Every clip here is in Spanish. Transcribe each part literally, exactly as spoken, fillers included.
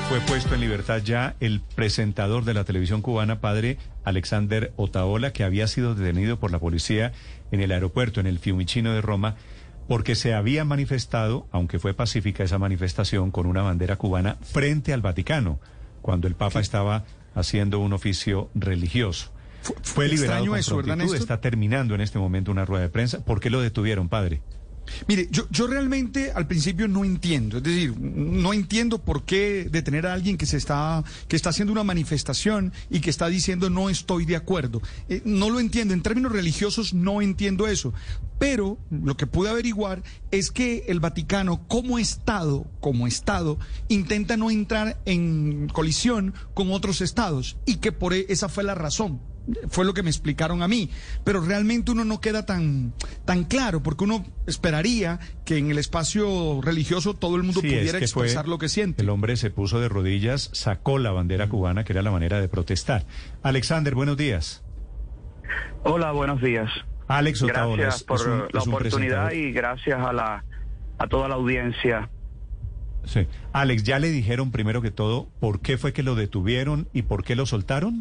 Fue puesto en libertad ya el presentador de la televisión cubana, padre Alexander Otaola, que había sido detenido por la policía en el aeropuerto, en el Fiumicino de Roma, porque se había manifestado, aunque fue pacífica esa manifestación, con una bandera cubana frente al Vaticano, cuando el Papa estaba haciendo un oficio religioso. Fue, fue liberado con eso, prontitud, ¿verdad, está terminando en este momento una rueda de prensa. ¿Por qué lo detuvieron, padre? Mire, yo, yo realmente al principio no entiendo, es decir, no entiendo por qué detener a alguien que se está, que está haciendo una manifestación y que está diciendo no estoy de acuerdo. Eh, no lo entiendo, en términos religiosos no entiendo eso, pero lo que pude averiguar es que el Vaticano como Estado, como Estado, intenta no entrar en colisión con otros estados y que por esa fue la razón. Fue lo que me explicaron a mí, pero realmente uno no queda tan, tan claro, porque uno esperaría que en el espacio religioso todo el mundo sí, pudiera es que expresar lo que siente. El hombre se puso de rodillas, sacó la bandera cubana, que era la manera de protestar. Alexander, buenos días. Hola, buenos días. Alex Otaola, gracias por es un, la es un oportunidad presentador. Y gracias a la a toda la audiencia. Sí. Alex, ¿ya le dijeron primero que todo por qué fue que lo detuvieron y por qué lo soltaron?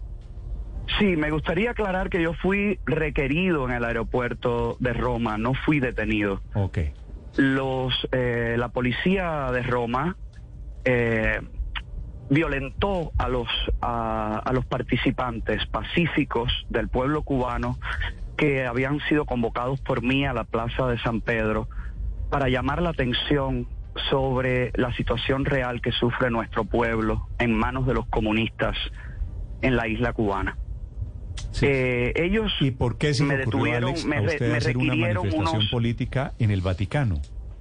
Sí, me gustaría aclarar que yo fui requerido en el aeropuerto de Roma, no fui detenido. Ok. Los, eh, la policía de Roma eh, violentó a los, a, a los participantes pacíficos del pueblo cubano que habían sido convocados por mí a la Plaza de San Pedro para llamar la atención sobre la situación real que sufre nuestro pueblo en manos de los comunistas en la isla cubana. Sí. Eh, ellos ¿Y por qué se me le ocurrió, detuvieron, Alex, me, a usted me hacer una requirieron manifestación unos... política en el Vaticano?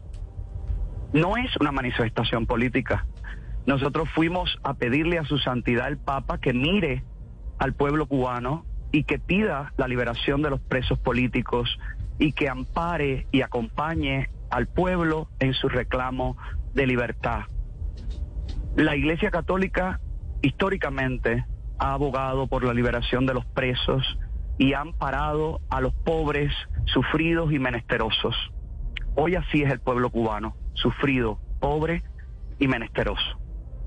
No es una manifestación política. Nosotros fuimos a pedirle a su santidad el Papa que mire al pueblo cubano y que pida la liberación de los presos políticos y que ampare y acompañe al pueblo en su reclamo de libertad. La Iglesia Católica históricamente ha abogado por la liberación de los presos y ha amparado a los pobres, sufridos y menesterosos. Hoy así es el pueblo cubano, sufrido, pobre y menesteroso.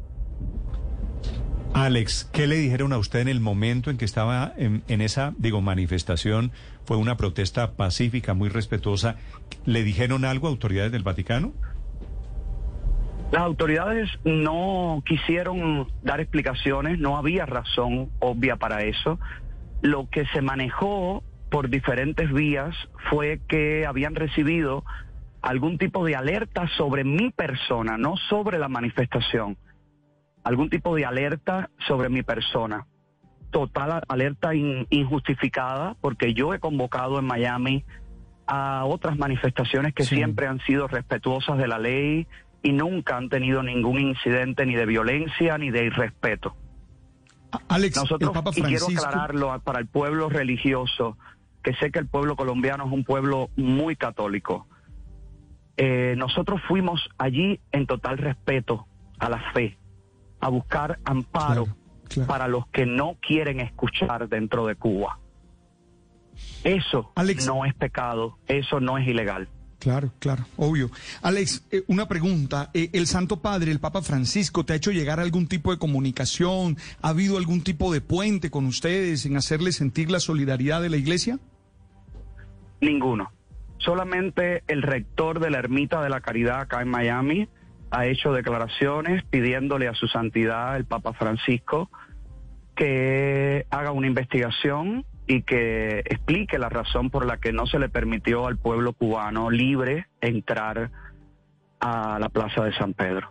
Alex, ¿qué le dijeron a usted en el momento en que estaba en, en esa, digo, manifestación? Fue una protesta pacífica, muy respetuosa. ¿Le dijeron algo a autoridades del Vaticano? Las autoridades no quisieron dar explicaciones, no había razón obvia para eso. Lo que se manejó por diferentes vías fue que habían recibido algún tipo de alerta sobre mi persona, no sobre la manifestación. Algún tipo de alerta sobre mi persona. Total alerta in, injustificada, porque yo he convocado en Miami a otras manifestaciones que sí. siempre han sido respetuosas de la ley y nunca han tenido ningún incidente ni de violencia ni de irrespeto. Alex, Nosotros, el Papa y Francisco... quiero aclararlo para el pueblo religioso, que sé que el pueblo colombiano es un pueblo muy católico. Eh, nosotros fuimos allí en total respeto a la fe, a buscar amparo claro, claro. para los que no quieren escuchar dentro de Cuba. Eso Alex, no es pecado, eso no es ilegal. Claro, claro, obvio. Alex, eh, una pregunta. Eh, ¿El Santo Padre, el Papa Francisco, te ha hecho llegar algún tipo de comunicación? ¿Ha habido algún tipo de puente con ustedes en hacerles sentir la solidaridad de la Iglesia? Ninguno. Solamente el rector de la Ermita de la Caridad acá en Miami ha hecho declaraciones pidiéndole a su santidad, el Papa Francisco, que haga una investigación y que explique la razón por la que no se le permitió al pueblo cubano libre entrar a la Plaza de San Pedro.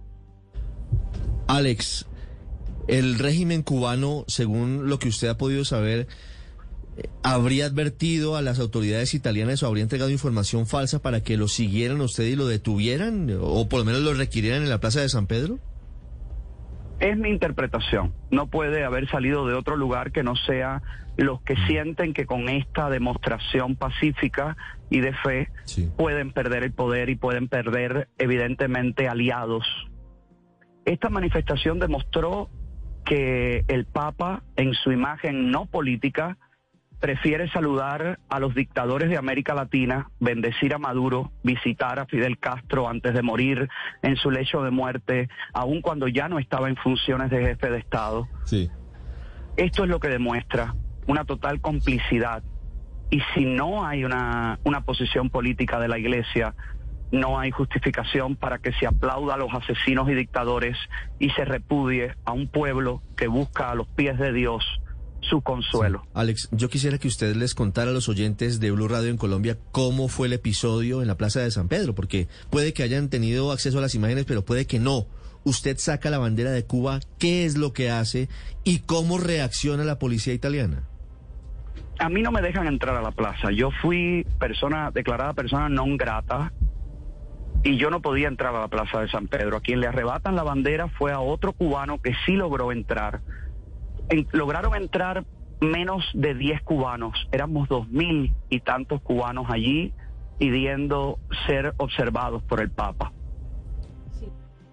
Alex, el régimen cubano, según lo que usted ha podido saber, ¿habría advertido a las autoridades italianas o habría entregado información falsa para que lo siguieran a usted y lo detuvieran? ¿O por lo menos lo requirieran en la Plaza de San Pedro? Es mi interpretación. No puede haber salido de otro lugar que no sea los que sienten que con esta demostración pacífica y de fe sí. pueden perder el poder y pueden perder, evidentemente, aliados. Esta manifestación demostró que el Papa, en su imagen no política, prefiere saludar a los dictadores de América Latina, bendecir a Maduro, visitar a Fidel Castro antes de morir en su lecho de muerte, aun cuando ya no estaba en funciones de jefe de Estado. Sí. Esto es lo que demuestra una total complicidad. Y si no hay una, una posición política de la Iglesia, no hay justificación para que se aplauda a los asesinos y dictadores y se repudie a un pueblo que busca a los pies de Dios su consuelo. Sí. Alex, yo quisiera que usted les contara a los oyentes de Blue Radio en Colombia cómo fue el episodio en la Plaza de San Pedro, porque puede que hayan tenido acceso a las imágenes, pero puede que no. Usted saca la bandera de Cuba, ¿qué es lo que hace y cómo reacciona la policía italiana? A mí no me dejan entrar a la plaza. Yo fui persona declarada persona non grata y yo no podía entrar a la Plaza de San Pedro. A quien le arrebatan la bandera fue a otro cubano que sí logró entrar. En, lograron entrar menos de diez cubanos. Éramos dos mil y tantos cubanos allí pidiendo ser observados por el Papa. Sí.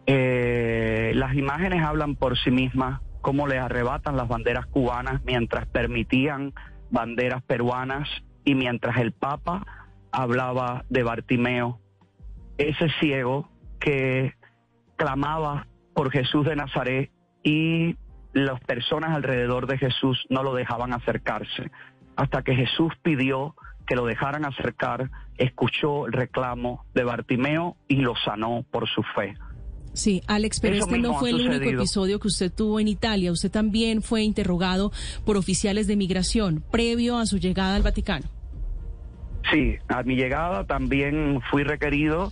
Eh, las imágenes hablan por sí mismas, cómo les arrebatan las banderas cubanas mientras permitían banderas peruanas y mientras el Papa hablaba de Bartimeo, ese ciego que clamaba por Jesús de Nazaret y las personas alrededor de Jesús no lo dejaban acercarse, hasta que Jesús pidió que lo dejaran acercar, escuchó el reclamo de Bartimeo y lo sanó por su fe. Sí, Alex, pero Eso este no fue el único episodio que usted tuvo en Italia. Usted también fue interrogado por oficiales de migración previo a su llegada al Vaticano. Sí, a mi llegada también fui requerido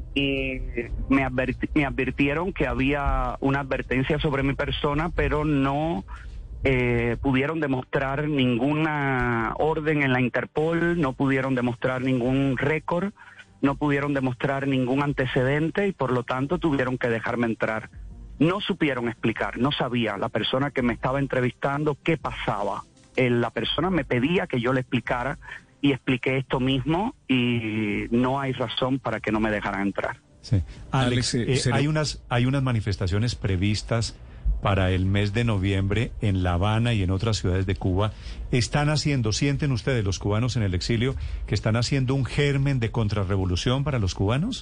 y me, adverti- me advirtieron que había una advertencia sobre mi persona, pero no eh, pudieron demostrar ninguna orden en la Interpol, no pudieron demostrar ningún récord, no pudieron demostrar ningún antecedente y por lo tanto tuvieron que dejarme entrar. No supieron explicar, no sabía la persona que me estaba entrevistando qué pasaba. El, la persona me pedía que yo le explicara y expliqué esto mismo y no hay razón para que no me dejaran entrar. Sí. Alex, Alex eh, hay unas hay unas manifestaciones previstas para el mes de noviembre en La Habana y en otras ciudades de Cuba. ¿Están haciendo, sienten ustedes los cubanos en el exilio, que están haciendo un germen de contrarrevolución para los cubanos?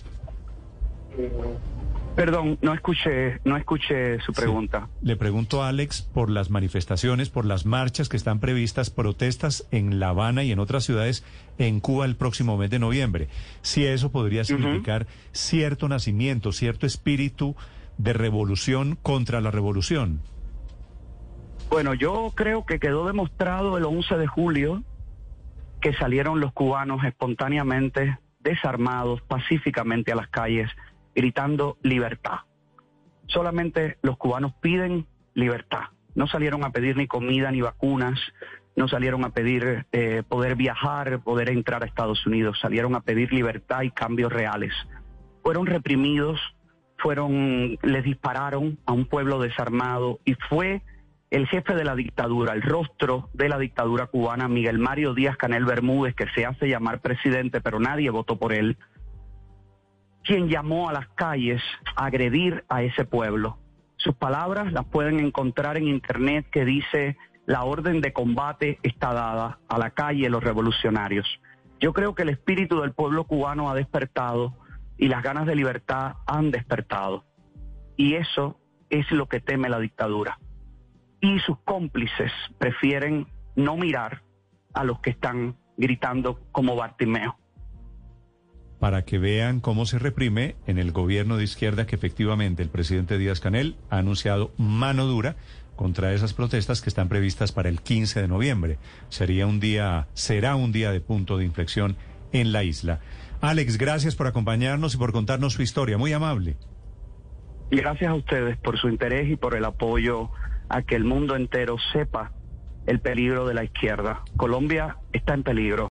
Perdón, no escuché, no escuché su pregunta. Sí. Le pregunto a Alex por las manifestaciones, por las marchas que están previstas, protestas en La Habana y en otras ciudades en Cuba el próximo mes de noviembre. Si eso podría significar uh-huh. cierto nacimiento, cierto espíritu de revolución contra la revolución. Bueno, yo creo que quedó demostrado el once de julio que salieron los cubanos espontáneamente, desarmados, pacíficamente a las calles, gritando libertad. Solamente los cubanos piden libertad. No salieron a pedir ni comida ni vacunas, no salieron a pedir eh, poder viajar, poder entrar a Estados Unidos, salieron a pedir libertad y cambios reales. Fueron reprimidos, fueron, les dispararon a un pueblo desarmado y fue el jefe de la dictadura, el rostro de la dictadura cubana, Miguel Mario Díaz-Canel Bermúdez, que se hace llamar presidente, pero nadie votó por él, quien llamó a las calles a agredir a ese pueblo. Sus palabras las pueden encontrar en internet, que dice: la orden de combate está dada, a la calle los revolucionarios. Yo creo que el espíritu del pueblo cubano ha despertado y las ganas de libertad han despertado. Y eso es lo que teme la dictadura. Y sus cómplices prefieren no mirar a los que están gritando como Bartimeo. Para que vean cómo se reprime en el gobierno de izquierda, que efectivamente el presidente Díaz-Canel ha anunciado mano dura contra esas protestas que están previstas para el quince de noviembre. Sería un día, será un día de punto de inflexión en la isla. Alex, gracias por acompañarnos y por contarnos su historia. Muy amable. Y gracias a ustedes por su interés y por el apoyo a que el mundo entero sepa el peligro de la izquierda. Colombia está en peligro.